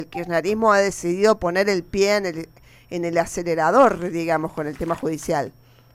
el kirchnerismo ha decidido poner el pie en el acelerador, digamos, con el tema judicial.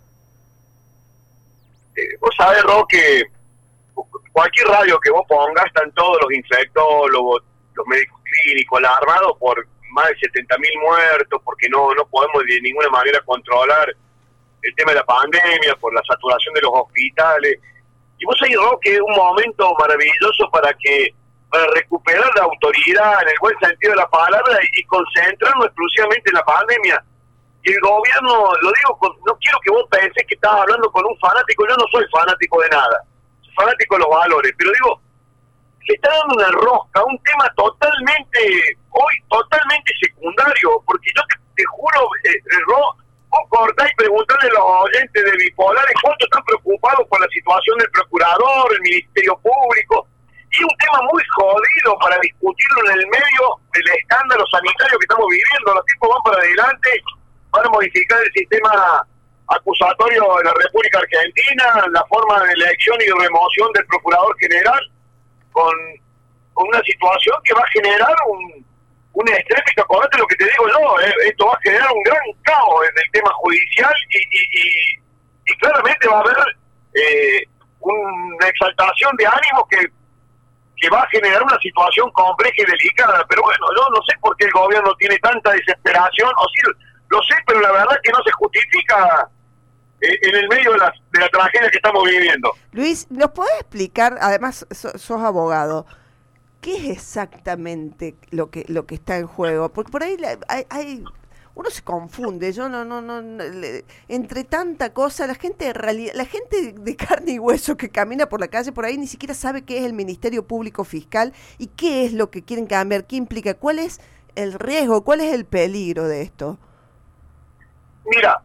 Vos sabés, Ro, que cualquier radio que vos pongas, están todos los infectólogos, los médicos clínicos, alarmados por más de 70.000 muertos, porque no podemos de ninguna manera controlar el tema de la pandemia, por la saturación de los hospitales. Y vos sabés, Ro, que es un momento maravilloso para recuperar la autoridad en el buen sentido de la palabra y concentrarnos exclusivamente en la pandemia. Y el gobierno, lo digo, no quiero que vos penses que estás hablando con un fanático. Yo no soy fanático de nada, soy fanático de los valores, pero digo, le está dando una rosca, un tema totalmente secundario, porque yo te juro, vos cortás y preguntarle a los oyentes de Bipolares cuánto están preocupados por la situación del procurador, el Ministerio Público. Y un tema muy jodido para discutirlo en el medio del escándalo sanitario que estamos viviendo. Los tipos van para adelante, van a modificar el sistema acusatorio de la República Argentina, la forma de elección y de remoción del Procurador General, con una situación que va a generar un estrés, que acordate lo que te digo yo, esto va a generar un gran caos en el tema judicial y claramente va a haber una exaltación de ánimos que va a generar una situación compleja y delicada. Pero bueno, yo no sé por qué el gobierno tiene tanta desesperación, o sí, lo sé, pero la verdad es que no se justifica en el medio de la tragedia que estamos viviendo. Luis, ¿nos podés explicar, además sos abogado, qué es exactamente lo que está en juego? Porque por ahí uno se confunde, yo entre tanta cosa, la gente de carne y hueso que camina por la calle por ahí ni siquiera sabe qué es el Ministerio Público Fiscal y qué es lo que quieren cambiar, qué implica, cuál es el riesgo, cuál es el peligro de esto. Mira,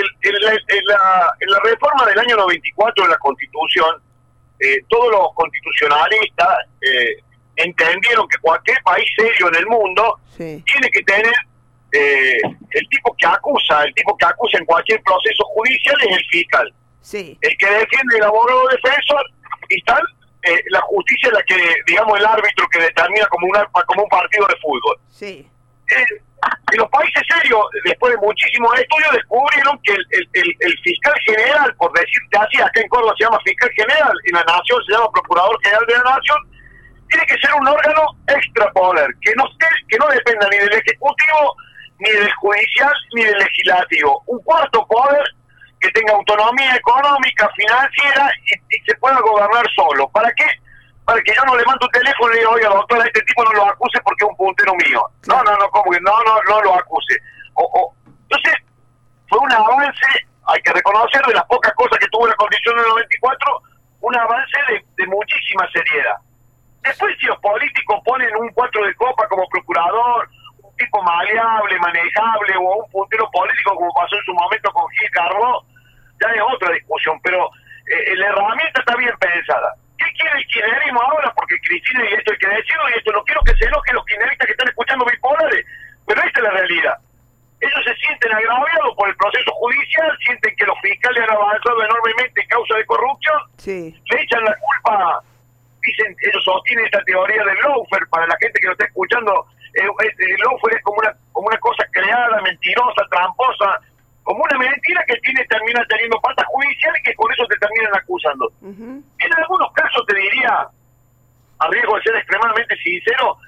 en la reforma del año 94 de la Constitución, todos los constitucionalistas entendieron que cualquier país serio en el mundo tiene que tener el tipo que acusa en cualquier proceso judicial es el fiscal. Sí. El que defiende, el abogado defensor, y tal, la justicia es la que, digamos, el árbitro que determina como un partido de fútbol. Sí. En los países serios, después de muchísimos estudios, descubrieron que el fiscal general, por decirte así, acá en Córdoba se llama fiscal general, en la nación se llama procurador general de la nación, tiene que ser un órgano extrapoder, que no dependa ni del ejecutivo, ni del judicial, ni del legislativo. Un cuarto poder que tenga autonomía económica, financiera y se pueda gobernar solo. ¿Para qué? Para que yo no le mando un teléfono y le diga, oiga, doctora, este tipo no lo acuse porque es un puntero mío. No, ¿cómo que no lo acuse? Entonces, fue un avance, hay que reconocer, de las pocas cosas que tuvo la Constitución del 94, un avance de muchísima seriedad. Después, si los políticos ponen un 4 de copa como procurador, un tipo maleable, manejable, o un puntero político como pasó en su momento con Gil Carbó, ya es otra discusión, pero la herramienta está bien pensada. ¿Qué quiere el kirchnerismo ahora? Porque Cristina, y esto hay que decirlo, y esto no quiero que se enojen los kirchneristas que están escuchando Bipolares, pero esta es la realidad. Ellos se sienten agraviados por el proceso judicial, sienten que los fiscales han avanzado enormemente en causa de corrupción, le echan la culpa, dicen, ellos sostienen esta teoría del lawfare. Para la gente que lo está escuchando, el lawfare es como una cosa creada, mentirosa, tramposa, como una mentira que termina teniendo patas judiciales y que con eso te terminan acusando. En algunos casos, te diría, a riesgo de ser extremadamente sincero,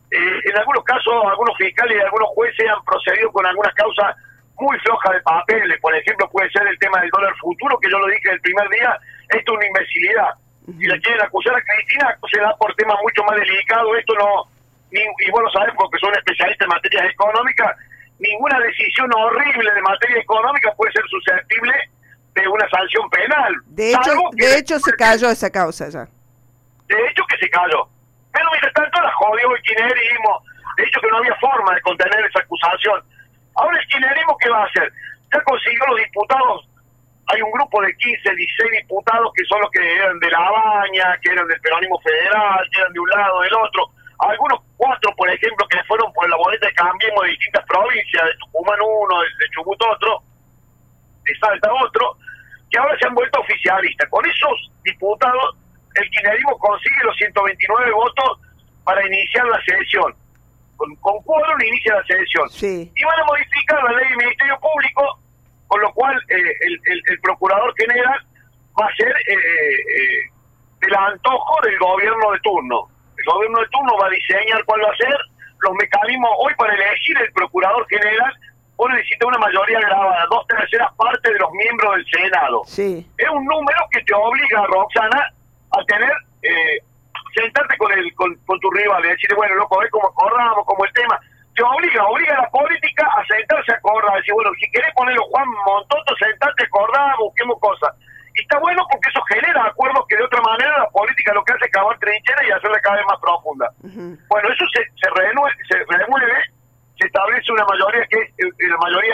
en algunos casos, algunos fiscales y algunos jueces han procedido con algunas causas muy flojas de papeles. Por ejemplo, puede ser el tema del dólar futuro, que yo lo dije el primer día, esto es una imbecilidad. Si la quieren acusar a Cristina, se da por temas mucho más delicados. Esto no, y vos lo sabés porque son especialistas en materias económicas, ninguna decisión horrible de materia económica puede ser susceptible de una sanción penal. De hecho se cayó esa causa ya. De hecho que se cayó. Pero mientras tanto la jodió el kirchnerismo. De hecho que no había forma de contener esa acusación. Ahora el kirchnerismo, ¿qué va a hacer? Ya consiguió los diputados. Hay un grupo de 15, 16 diputados que son los que eran de La Baña, que eran del peronismo federal, que eran de un lado, del otro. Algunos 4, por ejemplo, que fueron por la boleta de Cambiemos de distintas provincias, de Tucumán uno, de Chubut otro, de Salta otro, que ahora se han vuelto oficialistas. Con esos diputados, el kirchnerismo consigue los 129 votos para iniciar la sesión. con quórum inicia la sesión. Sí. Y van a modificar la ley del Ministerio Público, con lo cual el Procurador General va a ser del antojo del gobierno de turno. El gobierno de turno va a diseñar cuál va a ser los mecanismos. Hoy, para elegir el Procurador General, vos necesitas una mayoría grabada, 2/3 partes de los miembros del Senado. Sí. Es un número que te obliga, Roxana, a tener, sentarte con tu rival y decirle, bueno, loco, ve cómo acordamos, como el tema. Te obliga a la política a sentarse a acordar, a decir, bueno, si querés ponerlo Juan Montoto, sentate, acordar, busquemos cosas. Y está bueno porque eso genera acuerdos que de otra manera la política lo que hace es cavar trincheras y hacerla cada vez más profunda. Bueno, eso se remueve, se establece una mayoría que es la mayoría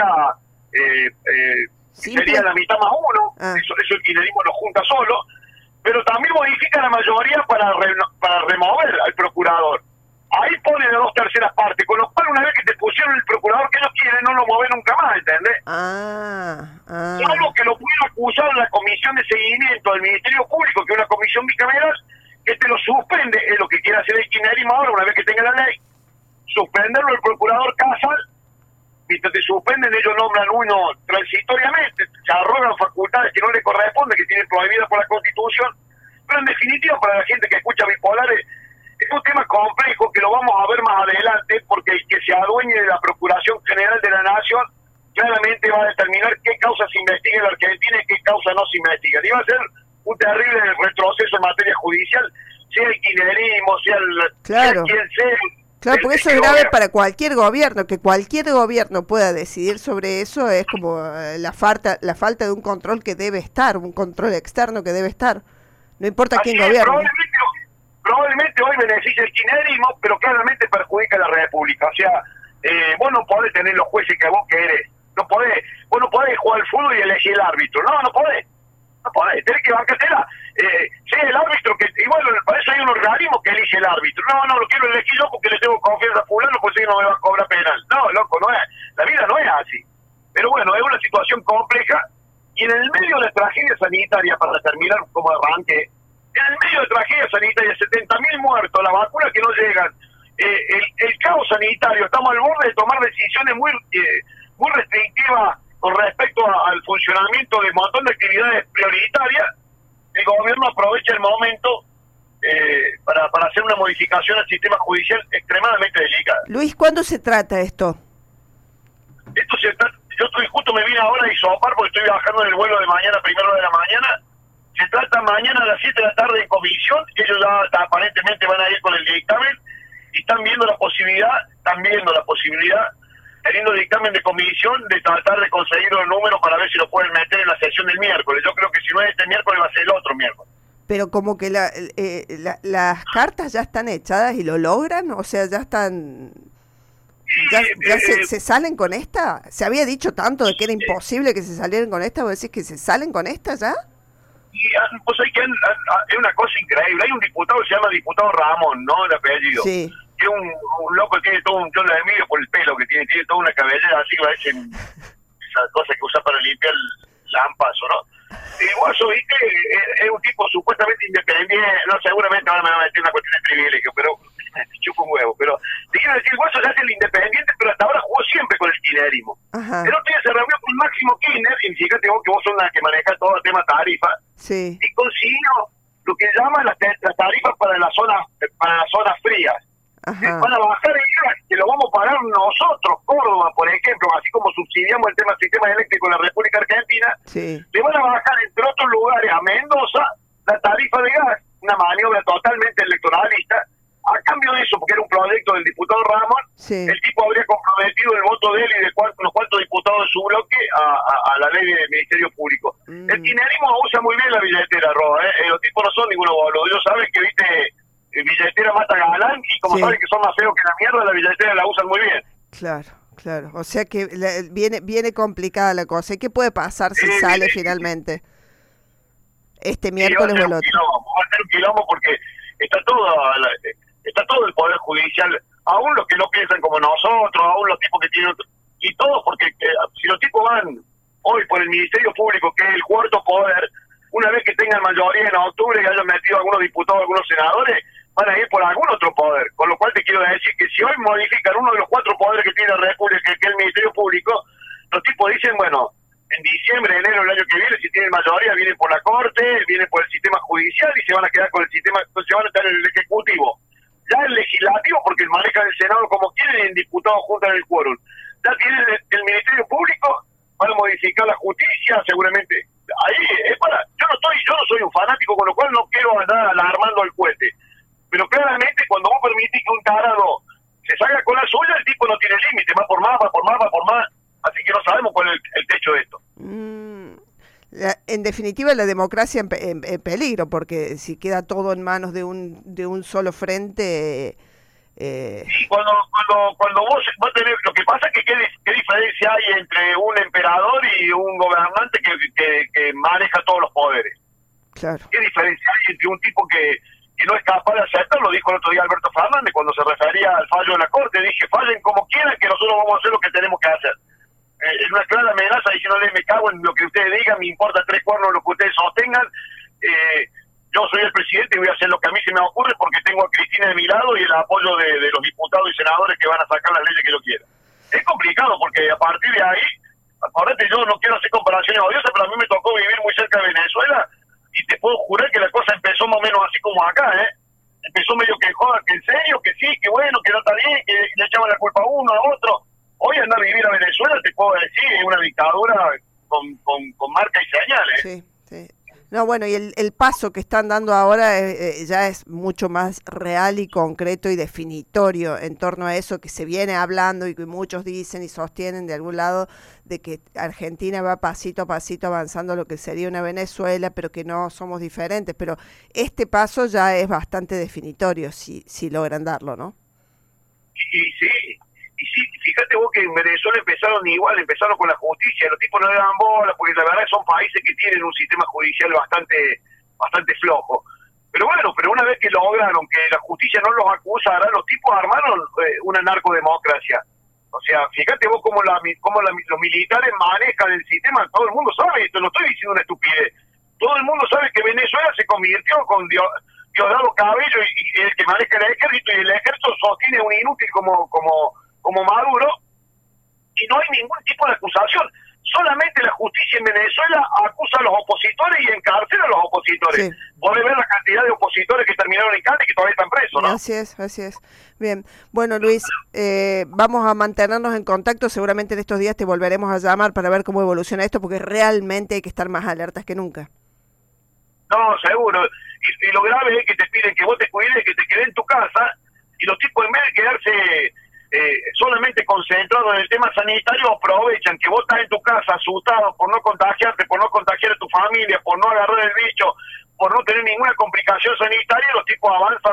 sería la mitad más uno, eso el kirchnerismo lo junta solo, pero también modifica la mayoría para remover al procurador. Ahí pone de 2/3 partes, con lo cual una vez que te pusieron el procurador que ellos quieren, no lo mueven nunca más, ¿entendés? Algo que lo pueden acusar en la comisión de seguimiento del Ministerio Público, que es una comisión bicameral, que te lo suspende, es lo que quiere hacer el kirchnerismo ahora, una vez que tenga la ley, suspenderlo el procurador Casal. Mientras te suspenden, ellos nombran uno transitoriamente, se arrogan facultades que no le corresponden, que tienen prohibidas por la Constitución, pero en definitiva, para la gente que escucha bipolares, es un tema complejo que lo vamos a ver más adelante, porque el que se adueñe de la Procuración General de la Nación claramente va a determinar qué causas se investiga en la Argentina y qué causas no se investigan. Y va a ser un terrible retroceso en materia judicial, sea el kirchnerismo, sea quien sea. Claro, porque eso es grave para cualquier gobierno, que cualquier gobierno pueda decidir sobre eso es como la falta de un control que debe estar, un control externo que debe estar, no importa quién gobierne. Probablemente hoy beneficia el kirchnerismo, pero claramente perjudica a la República. O sea, vos no podés tener los jueces que vos querés, vos no podés jugar al fútbol y elegir el árbitro, no podés, tenés que bancártela. Sea el árbitro que, igual para eso hay un organismo que elige el árbitro. No, lo quiero elegir yo porque le tengo confianza a fulano, pues si no me va a cobrar penal. No, loco, no es, la vida no es así. Pero bueno, es una situación compleja, y en el medio de la tragedia sanitaria, para terminar como arranque, en el medio de tragedia sanitaria, 70.000 muertos, las vacunas que no llegan, el caos sanitario, estamos al borde de tomar decisiones muy restrictivas con respecto al funcionamiento de un montón de actividades prioritarias. El gobierno aprovecha el momento para hacer una modificación al sistema judicial extremadamente delicada. Luis, ¿cuándo se trata esto? Yo justo me vine ahora a Isopar porque estoy viajando en el vuelo de mañana, 1:00 de la mañana. Se trata mañana a las 7 de la tarde en comisión, ellos ya aparentemente van a ir con el dictamen y están viendo la posibilidad, teniendo dictamen de comisión, de tratar de conseguir los números para ver si lo pueden meter en la sesión del miércoles. Yo creo que si no es este miércoles va a ser el otro miércoles. Pero como que las cartas ya están echadas y lo logran, o sea, ya están... ¿Se salen con esta? Se había dicho tanto de que era imposible que se salieran con esta, ¿vos decís que se salen con esta ya? Y pues es una cosa increíble. Hay un diputado que se llama diputado Ramón, ¿no? El apellido. Sí. Que es un loco que tiene todo un cholo de medio por el pelo, que tiene toda una cabellera así, que parece esa cosa que usa para limpiar el lampazo, ¿no? Y Guaso, viste, es un tipo supuestamente independiente, no, seguramente ahora me va a meter una cuestión de privilegio, pero chupa un huevo, pero te quiero decir, Guaso se hace el independiente, pero hasta ahora jugó siempre con el kirchnerismo. El otro día se reunió con Máximo Kirchner, y fíjate vos que vos sos la que maneja todo el tema tarifa, sí, y consiguió lo que llaman las tarifas para las zonas frías. Van a bajar el gas, que lo vamos a pagar nosotros, Córdoba, por ejemplo, así como subsidiamos el sistema eléctrico en la República Argentina, sí, le van a bajar, entre otros lugares, a Mendoza, la tarifa de gas, una maniobra totalmente electoralista. A cambio de eso, porque era un proyecto del diputado Ramón, sí, el tipo habría comprometido el voto de él y de unos cuantos diputados de su bloque a la ley del Ministerio Público. El kirchnerismo usa muy bien la billetera, Roa, los tipos no son ninguno boludo, ellos saben que, viste, billetera mata galán, y como saben que son más feos que la mierda, la billetera la usan muy bien. Claro, o sea que viene complicada la cosa. ¿Y qué puede pasar si sale finalmente? Este miércoles o el otro. Va a ser un quilombo porque está todo el Poder Judicial, aún los que no piensan como nosotros, aún los tipos que tienen y todos, porque si los tipos van hoy por el Ministerio Público, que es el cuarto poder, una vez que tengan mayoría en octubre y hayan metido algunos diputados, algunos senadores, van a ir por algún otro poder. Con lo cual te quiero decir que si hoy modifican uno de los 4 poderes que tiene la República, que es el Ministerio Público, los tipos dicen, bueno, en diciembre, enero del año que viene, si tienen mayoría, vienen por la Corte, vienen por el sistema judicial y se van a quedar con el sistema, se van a estar en el Ejecutivo. Ya el Legislativo, porque manejan el Senado como quieren, y en diputados juntan el quórum. Ya tienen el Ministerio Público, van a modificar la justicia, seguramente. Ahí es para, yo no soy un fanático, con lo cual no quiero andar alarmando al cohete. Pero claramente cuando vos permitís que un tarado se salga con la suya, el tipo no tiene límite, va por más, va por más, va por más. Así que no sabemos cuál es el techo de esto. En definitiva, la democracia en peligro, porque si queda todo en manos de un solo frente... Sí, cuando vos tenés, lo que pasa es que qué diferencia hay entre un emperador y un gobernante que maneja todos los poderes. Claro. ¿Qué diferencia hay entre un tipo que no es capaz de aceptar? Lo dijo el otro día Alberto Fernández cuando se refería al fallo de la Corte. Dije, fallen como quieran, que nosotros vamos a hacer lo que tenemos que hacer. Es una clara amenaza diciéndole, me cago en lo que ustedes digan, me importa 3 cuernos lo que ustedes sostengan. Yo soy el presidente y voy a hacer lo que a mí se me ocurre porque tengo a Cristina de mi lado y el apoyo de los diputados y senadores que van a sacar las leyes que yo quiera. Es complicado porque a partir de ahí, acordate, yo no quiero hacer comparaciones odiosas, pero a mí me tocó vivir muy cerca de Venezuela y te puedo jurar que la cosa empezó más o menos así como acá, Empezó medio que joda, que en serio, que sí, que bueno, que no está bien, que le echaban la culpa a uno, a otro. Hoy andar a vivir a Venezuela, te puedo decir, es una dictadura con marca y señales. Sí, sí. No, bueno, y el paso que están dando ahora ya es mucho más real y concreto y definitorio en torno a eso que se viene hablando y que muchos dicen y sostienen de algún lado de que Argentina va pasito a pasito avanzando a lo que sería una Venezuela, pero que no somos diferentes. Pero este paso ya es bastante definitorio si logran darlo, ¿no? Y sí, fíjate vos que en Venezuela empezaron con la justicia, los tipos no le dan bola, porque la verdad son países que tienen un sistema judicial bastante flojo. Pero bueno, una vez que lograron que la justicia no los acusara, los tipos armaron una narcodemocracia. O sea, fíjate vos cómo los militares manejan el sistema, todo el mundo sabe, esto no estoy diciendo una estupidez, todo el mundo sabe que Venezuela se convirtió con Diosdado Cabello y el que maneja el ejército, y el ejército sostiene un inútil como Maduro, y no hay ningún tipo de acusación. Solamente la justicia en Venezuela acusa a los opositores y encarcela a los opositores. Sí. Podés ver la cantidad de opositores que terminaron en cárcel y que todavía están presos, ¿no? Así es. Bien. Bueno, Luis, vamos a mantenernos en contacto. Seguramente en estos días te volveremos a llamar para ver cómo evoluciona esto, porque realmente hay que estar más alertas que nunca. No, seguro. Y lo grave es que te piden que vos te cuides, que te quedes en tu casa, y los tipos, en vez de quedarse solamente concentrados en el tema sanitario, aprovechan que vos estás en tu casa asustado por no contagiarte, por no contagiar a tu familia, por no agarrar el bicho, por no tener ninguna complicación sanitaria, y los tipos avanzan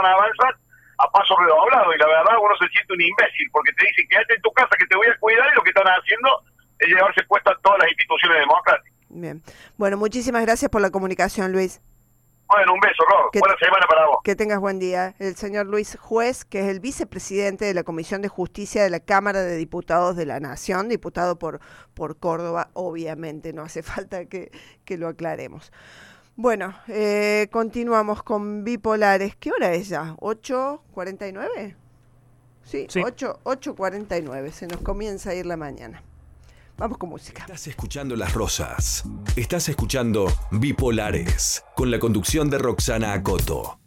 a paso redoblado, y la verdad uno se siente un imbécil, porque te dicen quédate en tu casa que te voy a cuidar, y lo que están haciendo es llevarse puestas todas las instituciones democráticas. Bien. Bueno, muchísimas gracias por la comunicación, Luis. Bueno, un beso, Ro. Buena semana para vos. Que tengas buen día. El señor Luis Juez, que es el vicepresidente de la Comisión de Justicia de la Cámara de Diputados de la Nación, diputado por Córdoba, obviamente, no hace falta que lo aclaremos. Bueno, continuamos con Bipolares. ¿Qué hora es ya? ¿8:49? Sí. 8:49. Se nos comienza a ir la mañana. Vamos con música. Estás escuchando Las Rosas. Estás escuchando Bipolares, con la conducción de Roxana Acoto.